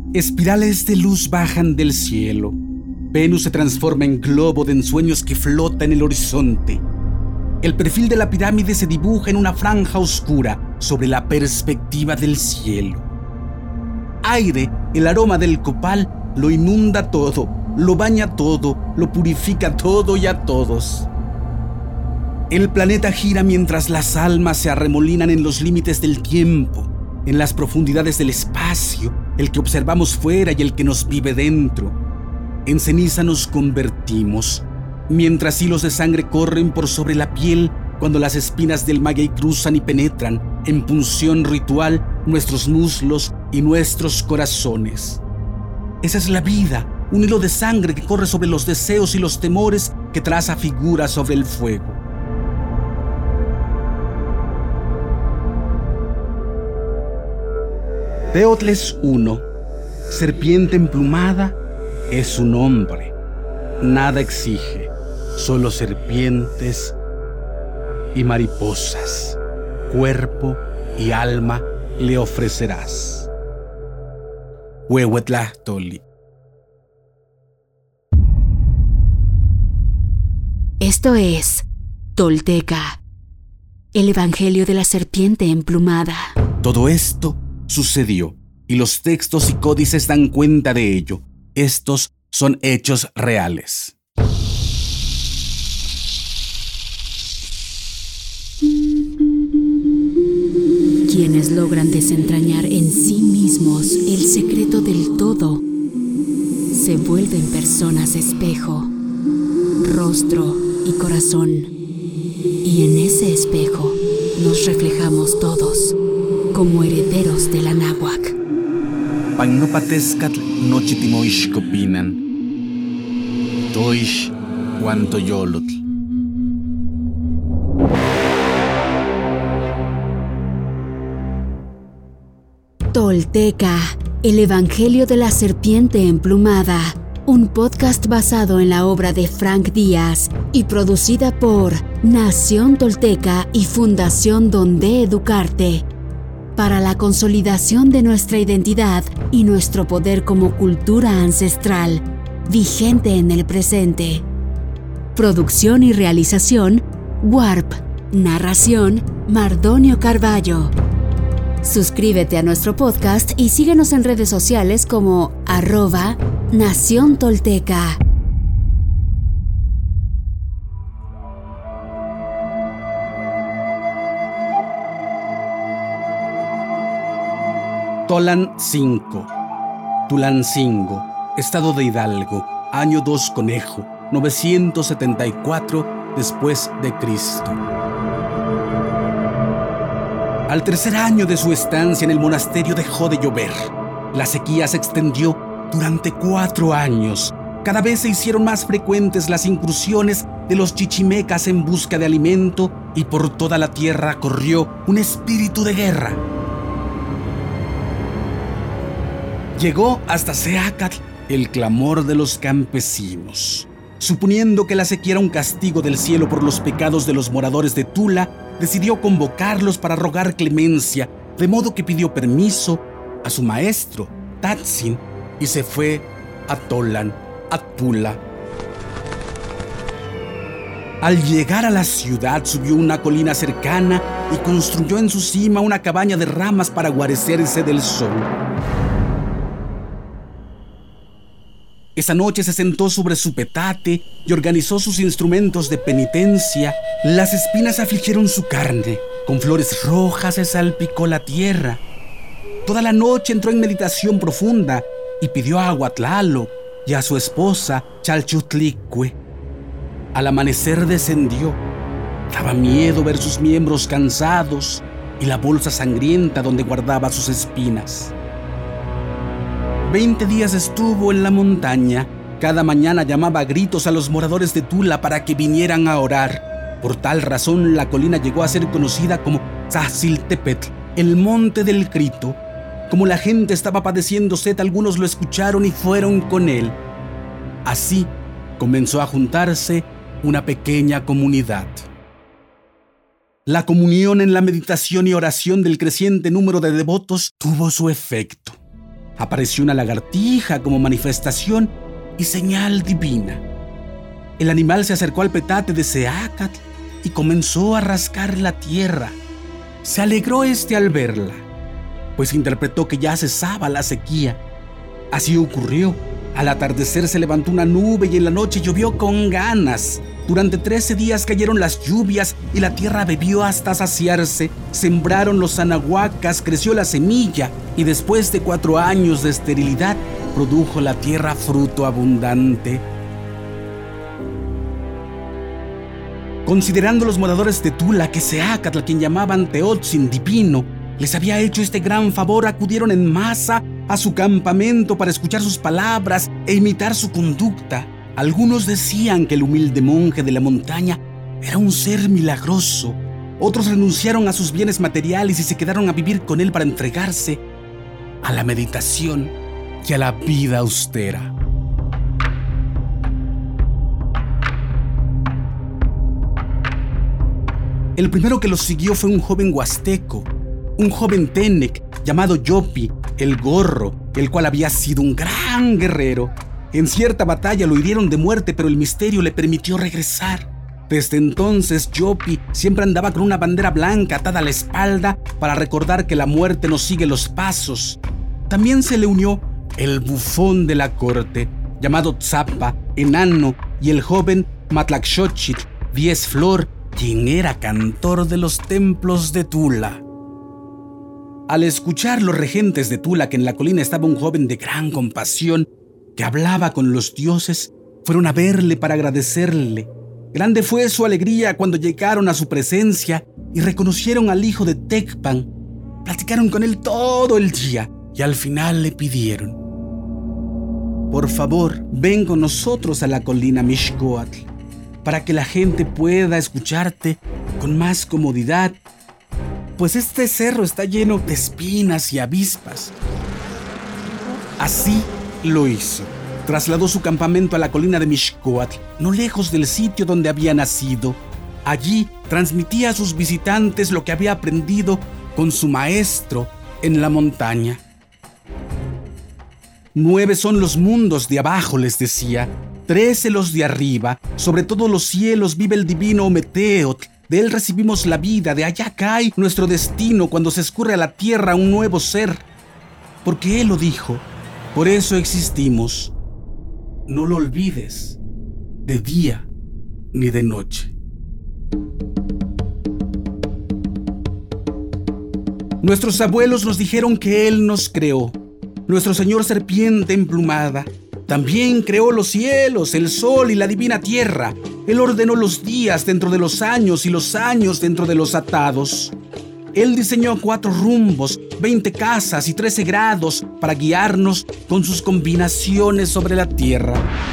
Espirales de luz bajan del cielo. Venus se transforma en globo de ensueños que flota en el horizonte. El perfil de la pirámide se dibuja en una franja oscura sobre la perspectiva del cielo. Aire, el aroma del copal, lo inunda todo, lo baña todo, lo purifica todo y a todos. El planeta gira mientras las almas se arremolinan en los límites del tiempo, en las profundidades del espacio, el que observamos fuera y el que nos vive dentro. En ceniza nos convertimos, mientras hilos de sangre corren por sobre la piel cuando las espinas del maguey cruzan y penetran, en punción ritual, nuestros muslos y nuestros corazones. Esa es la vida, un hilo de sangre que corre sobre los deseos y los temores, que traza figuras sobre el fuego. Teotles I, serpiente emplumada, es su nombre. Nada exige, solo serpientes y mariposas. Cuerpo y alma le ofrecerás. Huehuetlahtoli. Esto es Tolteca, el Evangelio de la Serpiente Emplumada. Todo esto sucedió y los textos y códices dan cuenta de ello. Estos son hechos reales. Quienes logran desentrañar en sí mismos el secreto del todo, se vuelven personas espejo, rostro y corazón. Y en ese espejo nos reflejamos todos, como herederos de la náhuac. Pagnopatescatl nochitimoixcopinan. Toix guantoyolotl. Tolteca, el Evangelio de la Serpiente Emplumada, un podcast basado en la obra de Frank Díaz y producida por Nación Tolteca y Fundación Donde Educarte, para la consolidación de nuestra identidad y nuestro poder como cultura ancestral, vigente en el presente. Producción y realización, Warp. Narración, Mardonio Carballo. Suscríbete a nuestro podcast y síguenos en redes sociales como @Nación Tolteca. Tolan 5, Tulancingo, Estado de Hidalgo, año 2 Conejo, 974 después de Cristo. Al tercer año de su estancia en el monasterio dejó de llover. La sequía se extendió durante 4 años. Cada vez se hicieron más frecuentes las incursiones de los chichimecas en busca de alimento y por toda la tierra corrió un espíritu de guerra. Llegó hasta Seacatl el clamor de los campesinos. Suponiendo que la sequía era un castigo del cielo por los pecados de los moradores de Tula, decidió convocarlos para rogar clemencia, de modo que pidió permiso a su maestro, Tatsin, y se fue a Tolan, a Tula. Al llegar a la ciudad, subió una colina cercana y construyó en su cima una cabaña de ramas para guarecerse del sol. Esa noche se sentó sobre su petate y organizó sus instrumentos de penitencia. Las espinas afligieron su carne, con flores rojas se salpicó la tierra. Toda la noche entró en meditación profunda y pidió a Huatlaloc y a su esposa Chalchutlicue. Al amanecer descendió. Daba miedo ver sus miembros cansados y la bolsa sangrienta donde guardaba sus espinas. 20 días estuvo en la montaña. Cada mañana llamaba a gritos a los moradores de Tula para que vinieran a orar. Por tal razón, la colina llegó a ser conocida como Tzahziltepetl, el monte del grito. Como la gente estaba padeciendo sed, algunos lo escucharon y fueron con él. Así comenzó a juntarse una pequeña comunidad. La comunión en la meditación y oración del creciente número de devotos tuvo su efecto. Apareció una lagartija como manifestación y señal divina. El animal se acercó al petate de Seacatl y comenzó a rascar la tierra. Se alegró al verla, pues interpretó que ya cesaba la sequía. Así ocurrió. Al atardecer se levantó una nube y en la noche llovió con ganas. Durante 13 días cayeron las lluvias y la tierra bebió hasta saciarse. Sembraron los anahuacas, creció la semilla y después de 4 años de esterilidad produjo la tierra fruto abundante. Considerando los moradores de Tula que Seacatl, a quien llamaban Teotzin divino, les había hecho este gran favor, acudieron en masa a su campamento para escuchar sus palabras e imitar su conducta. Algunos decían que el humilde monje de la montaña era un ser milagroso. Otros renunciaron a sus bienes materiales y se quedaron a vivir con él para entregarse a la meditación y a la vida austera. El primero que los siguió fue un joven huasteco, un joven tenec llamado Yopi, el Gorro, el cual había sido un gran guerrero. En cierta batalla lo hirieron de muerte, pero el misterio le permitió regresar. Desde entonces, Yopi siempre andaba con una bandera blanca atada a la espalda para recordar que la muerte nos sigue los pasos. También se le unió el bufón de la corte, llamado Tzapa, enano, y el joven Matlaxochitl, 10 flor, quien era cantor de los templos de Tula. Al escuchar los regentes de Tula que en la colina estaba un joven de gran compasión que hablaba con los dioses, fueron a verle para agradecerle. Grande fue su alegría cuando llegaron a su presencia y reconocieron al hijo de Tecpan. Platicaron con él todo el día y al final le pidieron: por favor, ven con nosotros a la colina Mixcoatl para que la gente pueda escucharte con más comodidad, pues este cerro está lleno de espinas y avispas. Así lo hizo. Trasladó su campamento a la colina de Mixcoatl, no lejos del sitio donde había nacido. Allí transmitía a sus visitantes lo que había aprendido con su maestro en la montaña. 9 son los mundos de abajo, les decía, 13 los de arriba. Sobre todos los cielos vive el divino Ometeotl. De él recibimos la vida, de allá cae nuestro destino cuando se escurre a la tierra un nuevo ser. Porque él lo dijo, por eso existimos. No lo olvides, de día ni de noche. Nuestros abuelos nos dijeron que él nos creó, nuestro señor serpiente emplumada. También creó los cielos, el sol y la divina tierra. Él ordenó los días dentro de los años y los años dentro de los atados. Él diseñó 4 rumbos, 20 casas y 13 grados para guiarnos con sus combinaciones sobre la tierra.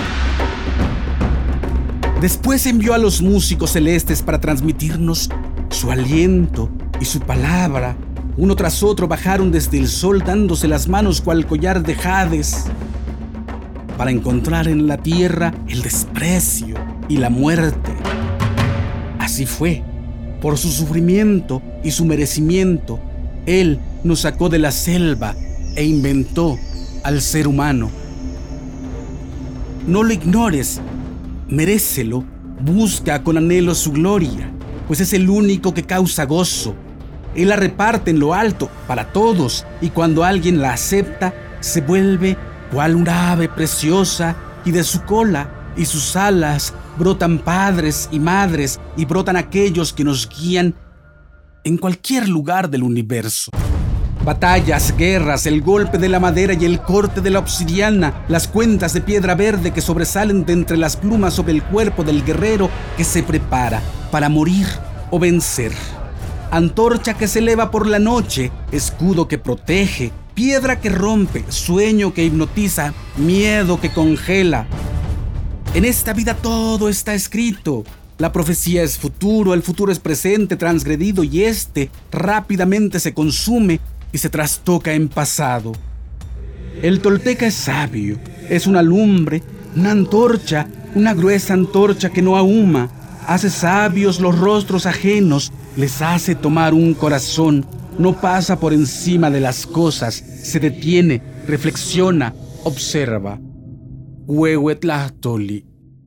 Después envió a los músicos celestes para transmitirnos su aliento y su palabra. Uno tras otro bajaron desde el sol dándose las manos cual collar de jades, para encontrar en la tierra el desprecio y la muerte. Así fue. Por su sufrimiento y su merecimiento, Él nos sacó de la selva e inventó al ser humano. No lo ignores, merécelo, busca con anhelo su gloria, pues es el único que causa gozo. Él la reparte en lo alto para todos, y cuando alguien la acepta, se vuelve cual una ave preciosa, y de su cola y sus alas brotan padres y madres, y brotan aquellos que nos guían en cualquier lugar del universo. Batallas, guerras, el golpe de la madera y el corte de la obsidiana, las cuentas de piedra verde que sobresalen de entre las plumas sobre el cuerpo del guerrero que se prepara para morir o vencer. Antorcha que se eleva por la noche, escudo que protege, piedra que rompe, sueño que hipnotiza, miedo que congela. En esta vida todo está escrito. La profecía es futuro, el futuro es presente transgredido y este rápidamente se consume y se trastoca en pasado. El tolteca es sabio, es una lumbre, una antorcha, una gruesa antorcha que no ahuma, hace sabios los rostros ajenos, les hace tomar un corazón, no pasa por encima de las cosas, se detiene reflexiona, observa. Huehuetlahtoli.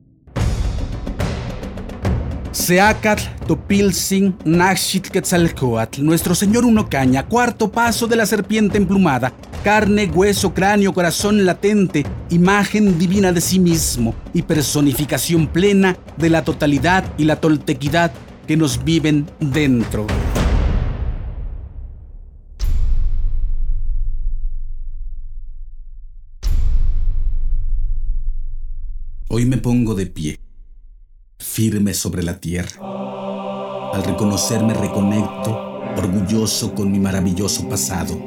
Seacatl Topilzin Naxitl-Quetzalcóatl, Nuestro Señor Unocaña, cuarto paso de la serpiente emplumada, carne, hueso, cráneo, corazón latente, imagen divina de sí mismo y personificación plena de la totalidad y la toltequidad que nos viven dentro. Hoy me pongo de pie, firme sobre la tierra. Al reconocerme reconecto, orgulloso con mi maravilloso pasado.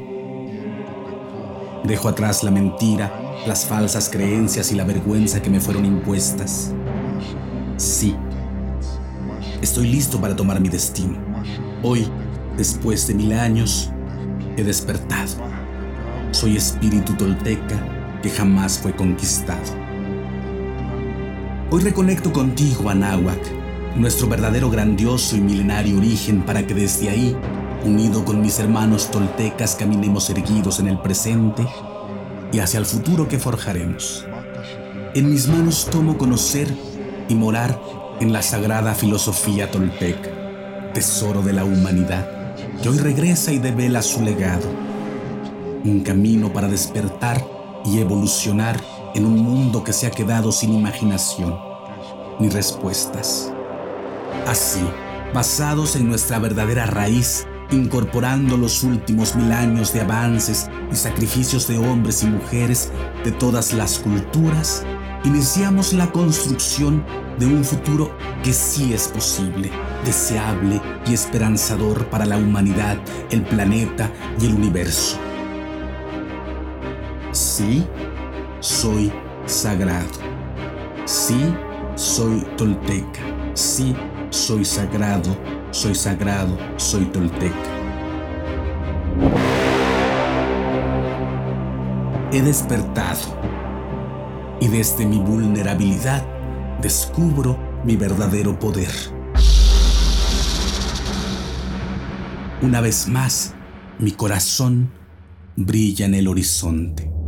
Dejo atrás la mentira, las falsas creencias y la vergüenza que me fueron impuestas. Sí, estoy listo para tomar mi destino. Hoy, después de 1000 años, he despertado. Soy espíritu tolteca que jamás fue conquistado. Hoy reconecto contigo, Anáhuac, nuestro verdadero grandioso y milenario origen, para que desde ahí, unido con mis hermanos toltecas, caminemos erguidos en el presente y hacia el futuro que forjaremos. En mis manos tomo conocer y morar en la sagrada filosofía tolteca, tesoro de la humanidad, que hoy regresa y devela su legado. Un camino para despertar y evolucionar en un mundo que se ha quedado sin imaginación ni respuestas. Así, basados en nuestra verdadera raíz, incorporando los últimos 1000 años de avances y sacrificios de hombres y mujeres de todas las culturas, iniciamos la construcción de un futuro que sí es posible, deseable y esperanzador para la humanidad, el planeta y el universo. Sí, soy sagrado. Sí, soy tolteca. Sí, soy sagrado, soy tolteca. He despertado y desde mi vulnerabilidad descubro mi verdadero poder. Una vez más, mi corazón brilla en el horizonte.